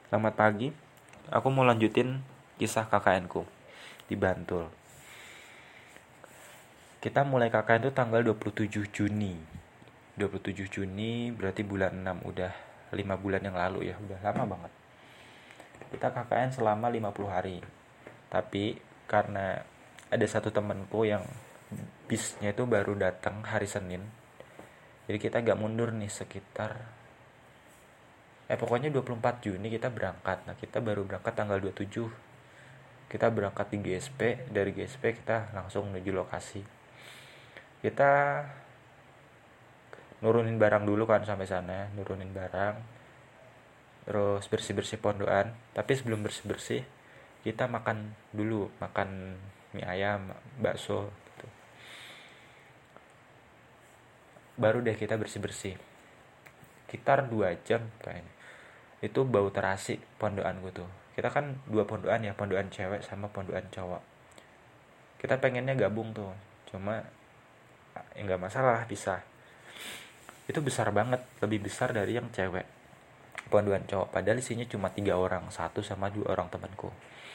Selamat pagi, aku mau lanjutin kisah KKN ku di Bantul. Kita mulai KKN itu tanggal 27 Juni. 27 Juni berarti bulan 6, udah 5 bulan yang lalu ya, udah lama banget. Kita KKN selama 50 hari. Tapi karena ada satu temenku yang bisnya itu baru datang hari Senin, jadi kita agak mundur nih sekitar pokoknya 24 Juni kita berangkat. Nah, kita baru berangkat tanggal 27. Kita berangkat di GSP, dari GSP kita langsung menuju lokasi. Kita nurunin barang dulu kan sampai sana, nurunin barang. Terus bersih-bersih pondokan. Tapi sebelum bersih-bersih, kita makan dulu, makan mie ayam, bakso gitu. Baru deh kita bersih-bersih. Sekitar 2 jam kayaknya. Itu bau terasi pondokanku tuh. Kita kan 2 pondokan ya, pondokan cewek sama pondokan cowok. Kita pengennya gabung tuh, cuma ya nggak masalah, bisa. Itu besar banget, lebih besar dari yang cewek, pondokan cowok. Padahal isinya cuma 3 orang, 1 sama 2 orang temanku.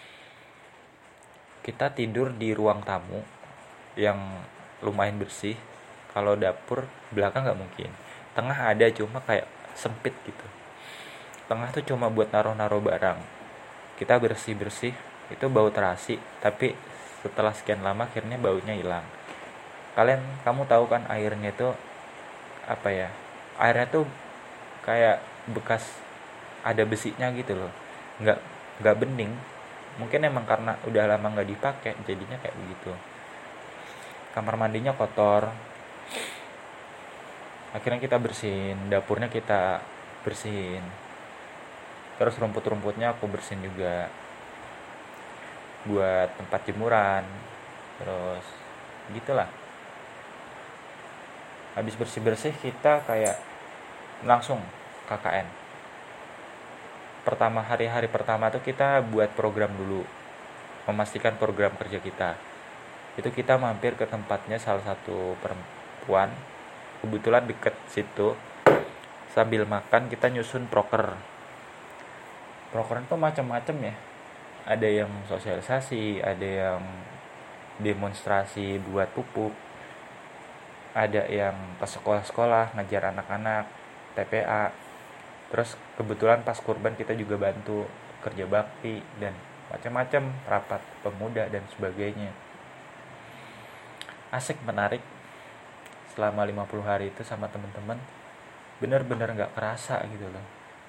Kita tidur di ruang tamu yang lumayan bersih. Kalau dapur belakang nggak mungkin, tengah ada cuma kayak sempit gitu. Tengah tuh cuma buat naruh-naruh barang. Kita bersih-bersih, itu bau terasi, tapi setelah sekian lama akhirnya baunya hilang. Kamu tahu kan airnya itu apa ya? Airnya tuh kayak bekas ada besinya gitu loh. Nggak nggak bening. Mungkin emang karena udah lama nggak dipakai jadinya kayak begitu. Kamar mandinya kotor. Akhirnya kita bersihin, dapurnya kita bersihin. Terus rumput-rumputnya aku bersihin juga, buat tempat jemuran. Terus gitulah. Habis bersih-bersih kita kayak langsung KKN. Hari pertama tuh kita buat program dulu, memastikan program kerja kita. Itu kita mampir ke tempatnya salah satu perempuan, kebetulan deket situ. Sambil makan kita nyusun proker. Proker itu macam-macam ya. Ada yang sosialisasi, ada yang demonstrasi buat pupuk, ada yang ke sekolah-sekolah ngajar anak-anak, TPA. Terus kebetulan pas kurban kita juga bantu kerja bakti dan macam-macam, rapat pemuda dan sebagainya. Asik, menarik. Selama 50 hari itu sama teman-teman bener-bener gak kerasa gitu loh.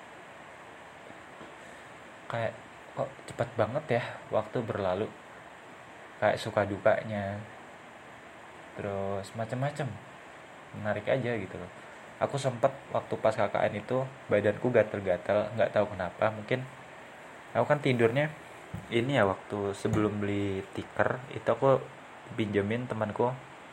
Kayak kok cepat banget ya waktu berlalu. Kayak suka dukanya, terus macam-macam, menarik aja gitu loh. Aku sempet waktu pas KKN itu badanku gatel-gatel, nggak tahu kenapa. Mungkin aku kan tidurnya ini ya, waktu sebelum beli tiker itu aku pinjemin temanku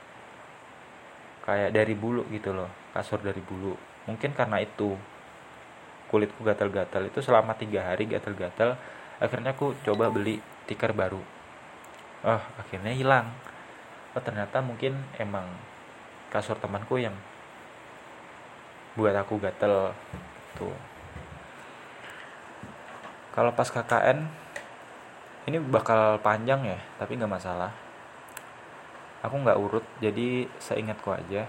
kayak dari bulu gitu loh, kasur dari bulu. Mungkin karena itu kulitku gatal-gatal, itu selama 3 hari gatal-gatal. Akhirnya aku coba beli tiker baru. Akhirnya hilang. Ternyata mungkin emang kasur temanku yang buat aku gatel tuh. Kalau pas KKN ini bakal panjang ya, tapi nggak masalah. Aku nggak urut, jadi seingatku aja.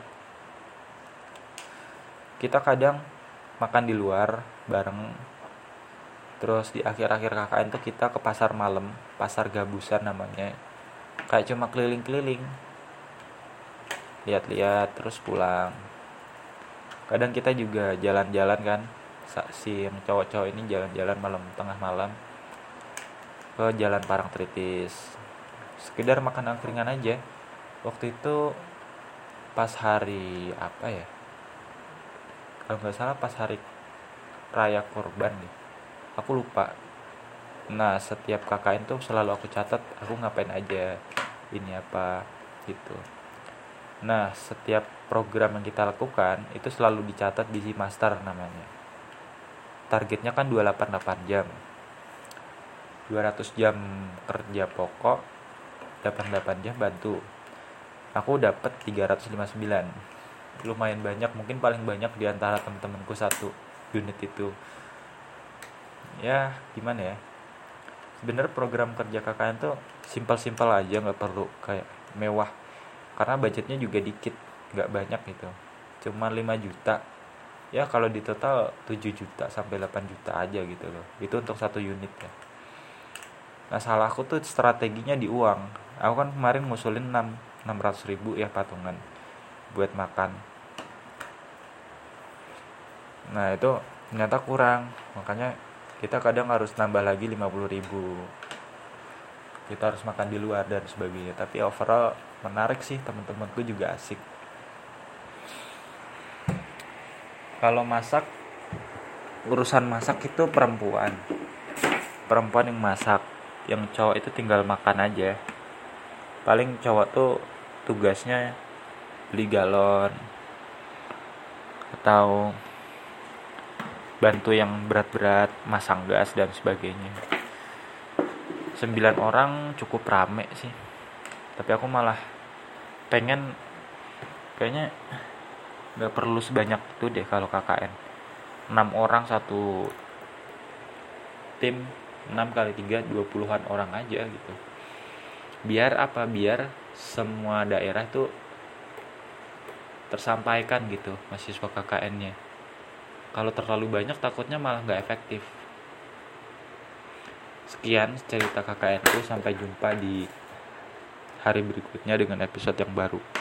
Kita kadang makan di luar bareng. Terus di akhir-akhir KKN tuh kita ke pasar malam, pasar Gabusan namanya. Kayak cuma keliling-keliling, lihat-lihat terus pulang. Kadang kita juga jalan-jalan kan, si yang cowok-cowok ini jalan-jalan malam, tengah malam ke Jalan Parangtritis, sekedar makan angkringan aja. Waktu itu pas hari apa ya, kalau nggak salah pas hari raya kurban deh, aku lupa. Nah, setiap KKN tuh selalu aku catat aku ngapain aja, ini apa gitu. Nah, setiap program yang kita lakukan itu selalu dicatat di Master namanya. Targetnya kan 288 jam. 200 jam kerja pokok, 88 jam bantu. Aku dapat 359. Lumayan banyak, mungkin paling banyak di antara teman-temanku satu unit itu. ya gimana ya, sebenarnya program kerja KKN tuh simpel-simpel aja, nggak perlu kayak mewah karena budgetnya juga dikit, nggak banyak gitu, cuma 5 juta ya, kalau di total 7 juta sampai 8 juta aja gitu loh, itu untuk satu unit ya. Nah salahku tuh strateginya di uang. Aku kan kemarin ngusulin 600 ribu ya patungan buat makan. Nah itu ternyata kurang, makanya kita kadang harus nambah lagi 50 ribu. Kita harus makan di luar dan sebagainya. Tapi overall menarik sih, teman-temanku juga asik. Kalau masak, urusan masak itu perempuan yang masak, yang cowok itu tinggal makan aja. Paling cowok tuh tugasnya beli galon atau bantu yang berat-berat, masang gas dan sebagainya. 9 orang cukup rame sih, tapi aku malah pengen kayaknya gak perlu sebanyak itu deh kalau KKN. 6 orang satu tim, 6 kali 3 20-an orang aja gitu. Biar apa? Biar semua daerah tuh tersampaikan gitu mahasiswa KKN-nya. Kalau terlalu banyak takutnya malah gak efektif. Sekian cerita KKN-ku, sampai jumpa di hari berikutnya dengan episode yang baru.